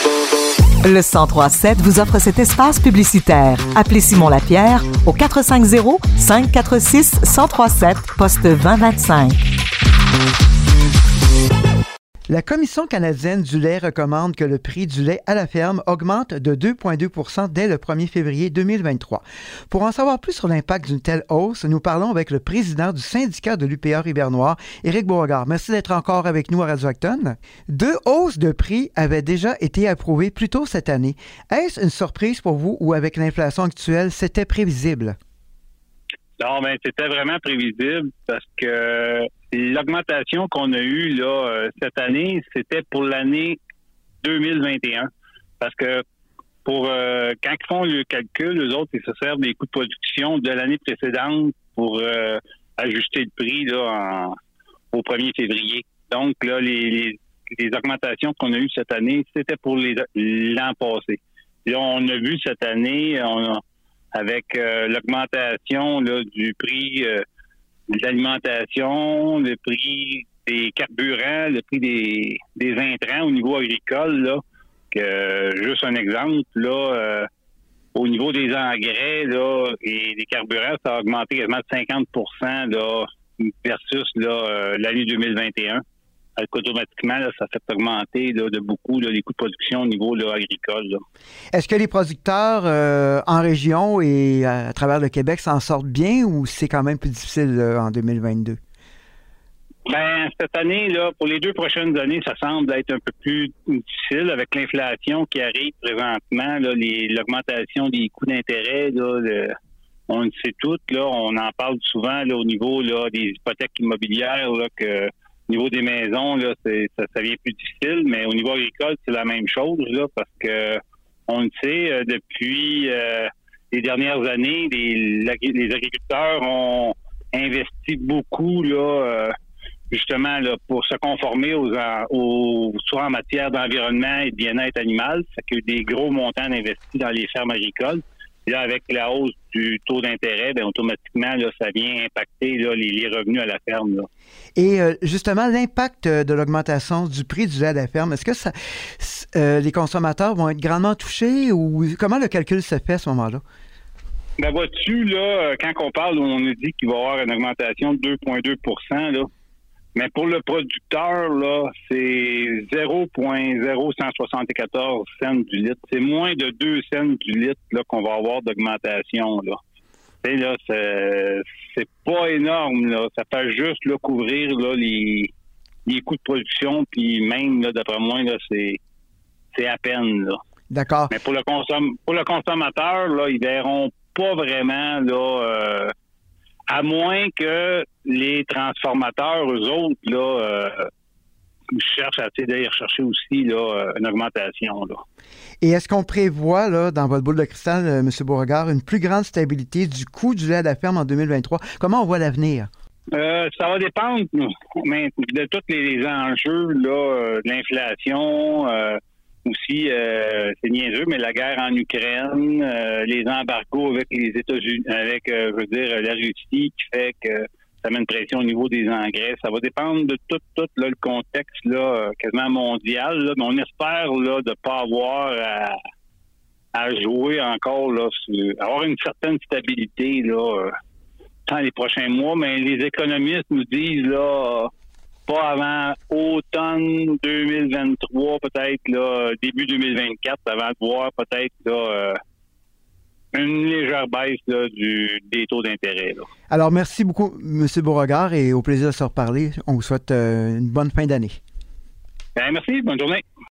Le 1037 vous offre cet espace publicitaire. Appelez Simon Lapierre au 450-546-1037, poste 2025. La Commission canadienne du lait recommande que le prix du lait à la ferme augmente de 2,2 % dès le 1er février 2023. Pour en savoir plus sur l'impact d'une telle hausse, nous parlons avec le président du syndicat de l'UPA Rivière-Noire, Éric Beauregard. Merci d'être encore avec nous à Radio-Acton. 2 hausses de prix avaient déjà été approuvées plus tôt cette année. Est-ce une surprise pour vous ou avec l'inflation actuelle, c'était prévisible? Non, mais c'était vraiment prévisible parce que l'augmentation qu'on a eue là cette année, c'était pour l'année 2021. Parce que pour quand ils font le calcul, eux autres, ils se servent des coûts de production de l'année précédente pour ajuster le prix là au 1er février. Donc là, les augmentations qu'on a eues cette année, c'était pour l'an passé. Là, on a vu cette année, avec l'augmentation là, du prix de l'alimentation, le prix des carburants, le prix des intrants au niveau agricole, là, que juste un exemple, là, au niveau des engrais là, et des carburants, ça a augmenté quasiment de 50 % là, versus là, l'année 2021. Automatiquement, là, ça fait augmenter là, de beaucoup là, les coûts de production au niveau là, agricole. Là. Est-ce que les producteurs en région et à travers le Québec s'en sortent bien ou c'est quand même plus difficile en 2022? Ben, cette année, là, pour les 2 prochaines années, ça semble être un peu plus difficile avec l'inflation qui arrive présentement, là, l'augmentation des coûts d'intérêt, là, on le sait tout, là, on en parle souvent là, au niveau là, des hypothèques immobilières, là, que au niveau des maisons, là, ça devient plus difficile, mais au niveau agricole, c'est la même chose, là, parce que on le sait, depuis les dernières années, les agriculteurs ont investi beaucoup là, justement là, pour se conformer soit en matière d'environnement et de bien-être animal. Ça fait que des gros montants d'investis dans les fermes agricoles. Et là, avec la hausse du taux d'intérêt, bien, automatiquement, là, ça vient impacter là, les revenus à la ferme. Là. Et justement, l'impact de l'augmentation du prix du lait à la ferme, est-ce que les consommateurs vont être grandement touchés ou comment le calcul se fait à ce moment-là? Ben, vois-tu, là, quand on parle, on nous dit qu'il va y avoir une augmentation de 2,2 %, là. Mais pour le producteur, là, c'est 0,0174 cents du litre. C'est moins de 2 cents du litre là, qu'on va avoir d'augmentation. Là. Et là, c'est pas énorme. Là. Ça fait juste là, couvrir là, les coûts de production, puis même, là, d'après moi, là, c'est à peine. Là. D'accord. Mais pour le consommateur, là, ils verront pas vraiment là. À moins que les transformateurs, eux autres, là, cherchent à d'aller rechercher aussi là, une augmentation. Là. Et est-ce qu'on prévoit, là, dans votre boule de cristal, M. Beauregard, une plus grande stabilité du coût du lait à la ferme en 2023? Comment on voit l'avenir? Ça va dépendre de tous les enjeux là, de l'inflation. Aussi, c'est niaiseux, mais la guerre en Ukraine, les embargos avec les États-Unis, avec, la Russie, qui fait que ça met une pression au niveau des engrais. Ça va dépendre de tout là, le contexte là, quasiment mondial. Là, mais on espère là, de ne pas avoir à jouer encore, là, avoir une certaine stabilité là, dans les prochains mois. Mais les économistes nous disent là. Pas avant automne 2023, peut-être là, début 2024, avant de voir peut-être là, une légère baisse là, des taux d'intérêt. Là. Alors, merci beaucoup, M. Beauregard, et au plaisir de se reparler. On vous souhaite une bonne fin d'année. Bien, merci, bonne journée.